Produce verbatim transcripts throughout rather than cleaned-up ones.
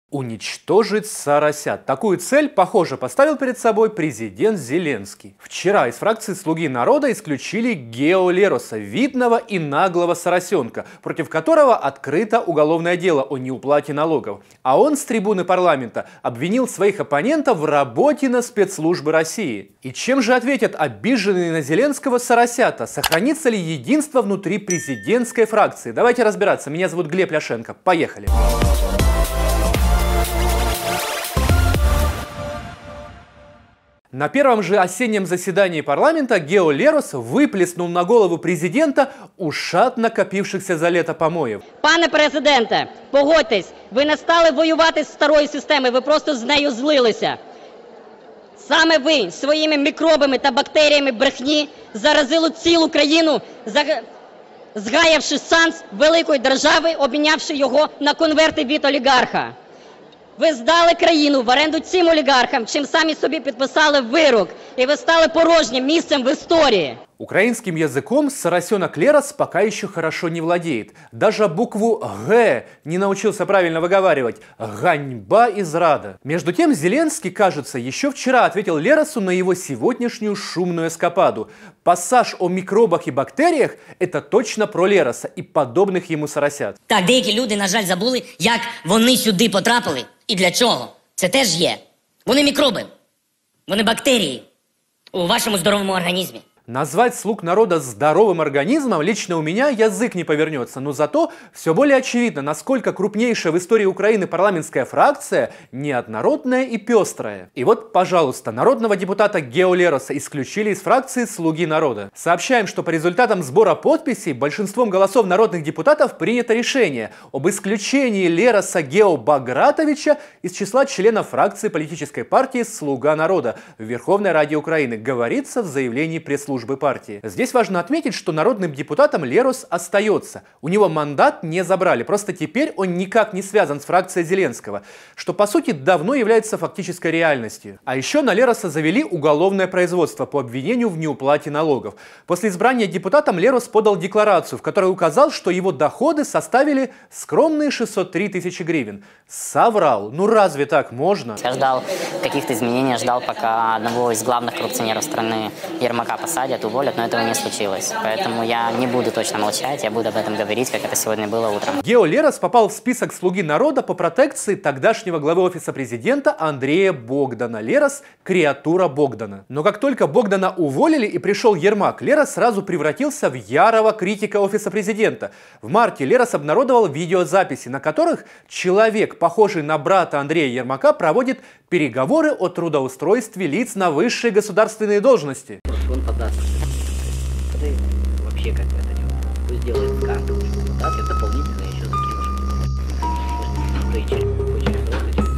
Уничтожить соросят. Такую цель, похоже, поставил перед собой президент Зеленский. Вчера из фракции «Слуги народа» исключили Гео Лероса, видного и наглого соросенка, против которого открыто уголовное дело о неуплате налогов. А он с трибуны парламента обвинил своих оппонентов в работе на спецслужбы России. И чем же ответят обиженные на Зеленского соросята? Сохранится ли единство внутри президентской фракции? Давайте разбираться. Меня зовут Глеб Ляшенко. Поехали! На первом же осеннем заседании парламента Гео Лерос выплеснул на голову президента ушат накопившихся за лето помоїв. Пане президенте, погодьтесь, ви не стали воювати з старою системою, ви просто з нею злилися. Саме ви своїми мікробами та бактеріями брехні заразили цілу країну, згаявши шанс великої держави, обмінявши його на конверти від олігарха. Ви здали країну в оренду цим олігархам, чим самі собі підписали вирок, і ви стали порожнім місцем в істории. Украинским языком соросенок Лерос пока еще хорошо не владеет. Даже букву «Г» не научился правильно выговаривать. Ганьба и зрада. Между тем, Зеленский, кажется, еще вчера ответил Леросу на его сегодняшнюю шумную эскападу. Пассаж о микробах и бактериях – это точно про Лероса и подобных ему соросят. Так, деякі люди, на жаль, забули, як вони сюди потрапили і для чого. Це теж є. Вони мікроби, вони бактерії у вашому здоровому організмі. Назвать «Слуг народа» здоровым организмом лично у меня язык не повернется, но зато все более очевидно, насколько крупнейшая в истории Украины парламентская фракция неоднородная и пестрая. И вот, пожалуйста, народного депутата Гео Лероса исключили из фракции «Слуги народа». Сообщаем, что по результатам сбора подписей большинством голосов народных депутатов принято решение об исключении Лероса Гео Багратовича из числа членов фракции политической партии «Слуга народа» в Верховной Раде Украины, говорится в заявлении пресс-службы партии. Здесь важно отметить, что народным депутатом Лерос остается. У него мандат не забрали, просто теперь он никак не связан с фракцией Зеленского, что по сути давно является фактической реальностью. А еще на Лероса завели уголовное производство по обвинению в неуплате налогов. После избрания депутатом Лерос подал декларацию, в которой указал, что его доходы составили скромные шестьсот три тысячи гривен. Соврал. Ну разве так можно? Я ждал каких-то изменений, ждал, пока одного из главных коррупционеров страны Ермака посадят, уволят, но этого не случилось. Поэтому я не буду точно молчать, я буду об этом говорить, как это сегодня было утром. Гео Лерос попал в список «Слуги народа» по протекции тогдашнего главы офиса президента Андрея Богдана. Лерос – креатура Богдана. Но как только Богдана уволили и пришел Ермак, Лерос сразу превратился в ярого критика офиса президента. В марте Лерос обнародовал видеозаписи, на которых человек, похожий на брата Андрея Ермака, проводит переговоры о трудоустройстве лиц на высшие государственные должности. Он подаст. Ты вообще как это делать? Пусть делает карту. Так, я дополнительно еще закину.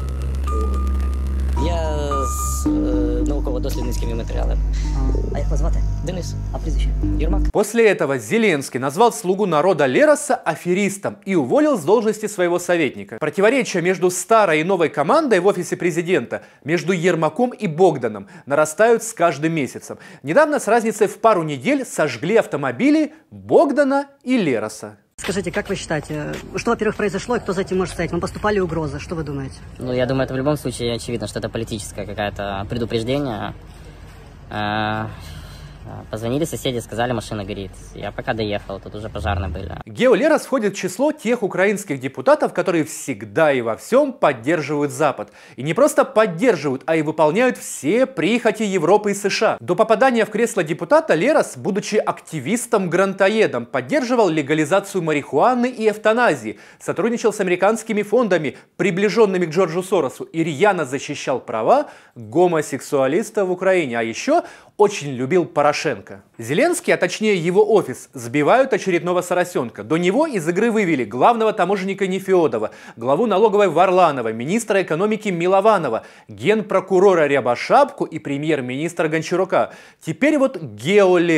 Я з е, науково-дослідницькими матеріалами. А як вас звати? Денис. А прізвище? Ермак. После этого Зеленский назвал «Слугу народа» Лероса аферистом и уволил с должности своего советника. Противоречия между старой и новой командой в офисе президента, между Ермаком и Богданом, нарастают с каждым месяцем. Недавно с разницей в пару недель сожгли автомобили Богдана и Лероса. Скажите, как вы считаете, что, во-первых, произошло и кто за этим может стоять? Вам поступали угрозы, что вы думаете? Ну, я думаю, это в любом случае очевидно, что это политическое какое-то предупреждение. Позвонили соседи, сказали, машина горит. Я пока доехал, тут уже пожарные были. Гео Лерос входит в число тех украинских депутатов, которые всегда и во всем поддерживают Запад. И не просто поддерживают, а и выполняют все прихоти Европы и США. До попадания в кресло депутата Лерос, будучи активистом-грантоедом, поддерживал легализацию марихуаны и эвтаназии, сотрудничал с американскими фондами, приближенными к Джорджу Соросу, и рьяно защищал права гомосексуалистов в Украине. А еще очень любил Порошенко. Зеленский, а точнее его офис, сбивают очередного соросенка. До него из игры вывели главного таможенника Нефедова, главу налоговой Варланова, министра экономики Милованова, генпрокурора Рябошапку и премьер-министра Гончарука. Теперь вот Гео Лерос.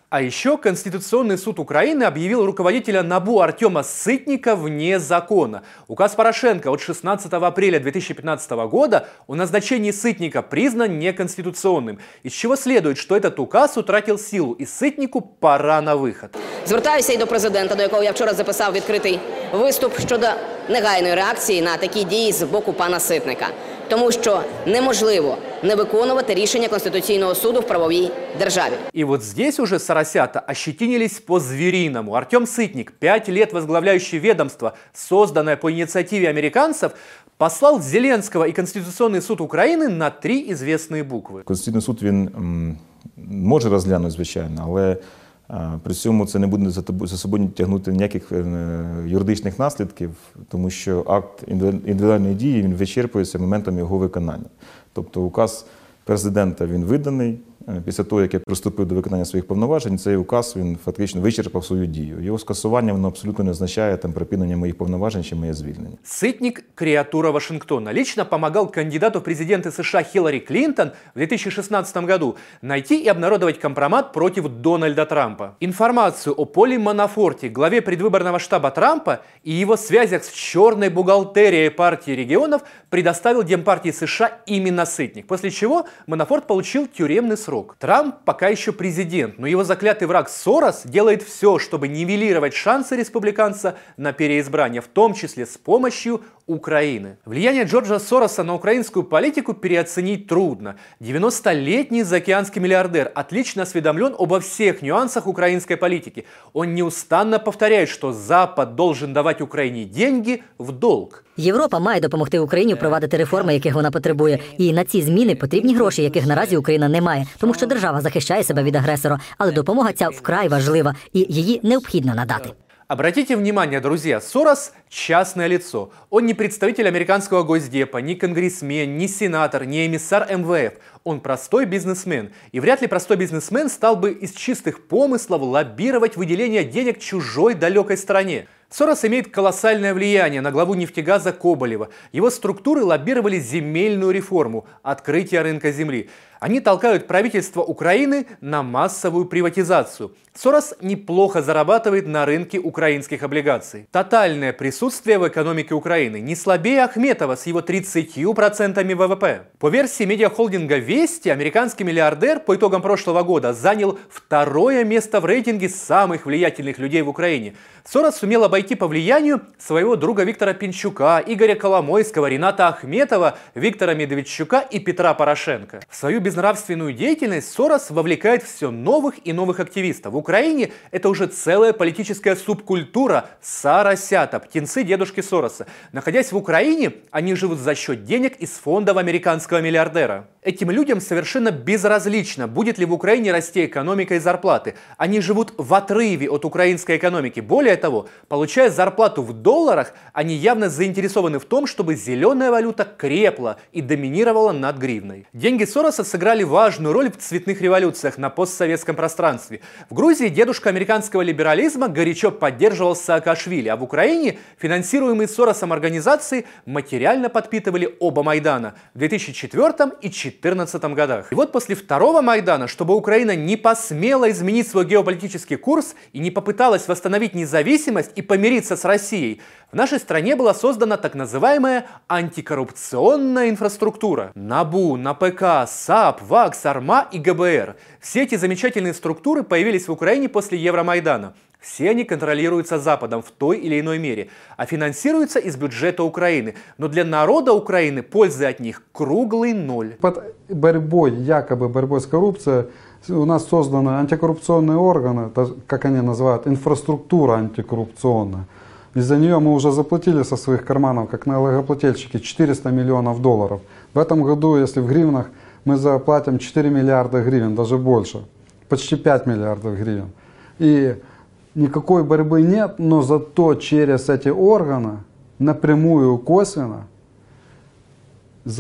А еще Конституционный суд Украины объявил руководителя НАБУ Артема Сытника вне закона. Указ Порошенко от шестнадцатого апреля две тысячи пятнадцатого года о назначении Сытника признан неконституционным, из чего следует, что этот указ утратил силу и Сытнику пора на выход. Звертаюся і до президента, до якого я вчора записав відкритий виступ щодо негайної реакції на такі дії з боку пана Ситника. Тому що неможливо не виконувати рішення Конституційного суду в правовій державі. И вот здесь уже соросята ощетинились по-звериному. Артем Сытник, пять лет возглавляющий ведомство, созданное по инициативе американцев, послал Зеленского и Конституционный суд Украины на три известные буквы. Конституційний суд він м, може розглянути, звичайно, але а, при цьому це не буде за, за собою тягнути ніяких е, юридичних наслідків, тому що акт індивідуальної дії він вичерпується моментом його виконання. Тобто указ президента він виданий, після того, як я приступив до виконання своїх повноважень, цей указ він фактично вичерпав свою дію. Його скасування воно абсолютно не означає там припинення моїх повноважень чи моє звільнення. Сытник – креатура Вашингтона. Лично помогал кандидату в президенты США Хиллари Клинтон в две тысячи шестнадцатом году найти и обнародовать компромат против Дональда Трампа. Информацию о Поле Манафорте, главе предвыборного штаба Трампа, и его связях с черной бухгалтерией партии регионов предоставил Демпартии США именно Сытник, после чего Манафорт получил тюремный срок. Трамп пока еще президент, но его заклятый враг Сорос делает все, чтобы нивелировать шансы республиканца на переизбрание, в том числе с помощью Украины. Влияние Джорджа Сороса на украинскую политику переоценить трудно. девяностолетний заокеанский миллиардер отлично осведомлен обо всех нюансах украинской политики. Он неустанно повторяет, что Запад должен давать Украине деньги в долг. Європа має допомогти Україні впровадити реформи, яких вона потребує. І на ці зміни потрібні гроші, яких наразі Україна не має. Тому що держава захищає себе від агресора. Але допомога ця вкрай важлива і її необхідно надати. Обратите внимание, друзья, Сорос – частное лицо. Он не представитель американского госдепа, не конгрессмен, не сенатор, не эмиссар эм вэ эф. Он простой бизнесмен. И вряд ли простой бизнесмен стал бы из чистых помыслов лоббировать выделение денег чужой далекой стране. Сорос имеет колоссальное влияние на главу нефтегаза Коболева. Его структуры лоббировали земельную реформу, открытие рынка земли. Они толкают правительство Украины на массовую приватизацию. Сорос неплохо зарабатывает на рынке украинских облигаций. Тотальное присутствие в экономике Украины не слабее Ахметова с его тридцатью процентами вэ вэ пэ. По версии медиахолдинга «Вести», американский миллиардер по итогам прошлого года занял второе место в рейтинге самых влиятельных людей в Украине. Сорос сумел обойти по влиянию своего друга Виктора Пинчука, Игоря Коломойского, Рената Ахметова, Виктора Медведчука и Петра Порошенко. В свою безнравственную деятельность Сорос вовлекает все новых и новых активистов. В Украине это уже целая политическая субкультура соросята, птенцы дедушки Сороса. Находясь в Украине, они живут за счет денег из фондов американского миллиардера. Этим людям совершенно безразлично, будет ли в Украине расти экономика и зарплаты. Они живут в отрыве от украинской экономики. Более того, получая зарплату в долларах, они явно заинтересованы в том, чтобы зеленая валюта крепла и доминировала над гривной. Деньги Сороса сыграли важную роль в цветных революциях на постсоветском пространстве. В Грузии дедушка американского либерализма горячо поддерживал Саакашвили, а в Украине финансируемые Соросом организации материально подпитывали оба Майдана в две тысячи четвёртом и две тысячи четырнадцатом годах. И вот после второго Майдана, чтобы Украина не посмела изменить свой геополитический курс и не попыталась восстановить независимость и помириться с Россией, в нашей стране была создана так называемая антикоррупционная инфраструктура. НАБУ, НАПК, САП, ВАКС, АРМА и гэ бэ эр. Все эти замечательные структуры появились в Украине после Евромайдана. Все они контролируются Западом в той или иной мере, а финансируются из бюджета Украины. Но для народа Украины пользы от них круглый ноль. Под борьбой, якобы борьбой с коррупцией, у нас созданы антикоррупционные органы, как они называют, инфраструктура антикоррупционная. Из-за нее мы уже заплатили со своих карманов, как налогоплательщики, четыреста миллионов долларов. В этом году, если в гривнах, мы заплатим четыре миллиарда гривен, даже больше, почти пять миллиардов гривен. И никакой борьбы нет, но зато через эти органы напрямую, косвенно,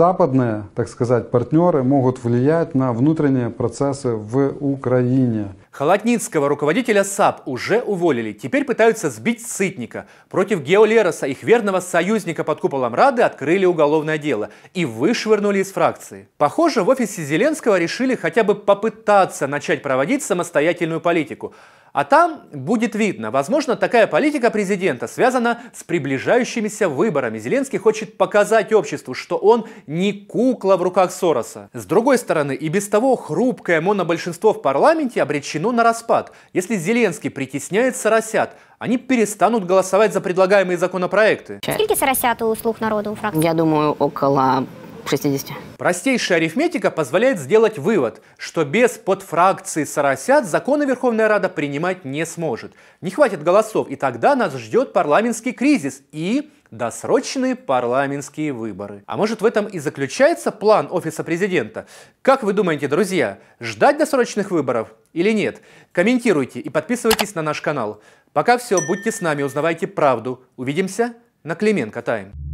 западные, так сказать, партнеры могут влиять на внутренние процессы в Украине. Холодницкого, руководителя САП, уже уволили. Теперь пытаются сбить Сытника. Против Гео Лероса, их верного союзника под куполом Рады, открыли уголовное дело и вышвырнули из фракции. Похоже, в офисе Зеленского решили хотя бы попытаться начать проводить самостоятельную политику. А там будет видно. Возможно, такая политика президента связана с приближающимися выборами. Зеленский хочет показать обществу, что он не кукла в руках Сороса. С другой стороны, и без того хрупкое монобольшинство в парламенте обречено на распад. Если Зеленский притесняет соросят, они перестанут голосовать за предлагаемые законопроекты. Сколько соросят у «Слуг народа» у фракции? Я думаю, около шестидесяти. Простейшая арифметика позволяет сделать вывод, что без подфракции соросят законы Верховная Рада принимать не сможет. Не хватит голосов, и тогда нас ждет парламентский кризис и досрочные парламентские выборы. А может, в этом и заключается план Офиса Президента? Как вы думаете, друзья, ждать досрочных выборов или нет? Комментируйте и подписывайтесь на наш канал. Пока все, будьте с нами, узнавайте правду. Увидимся на Клименко Тайм.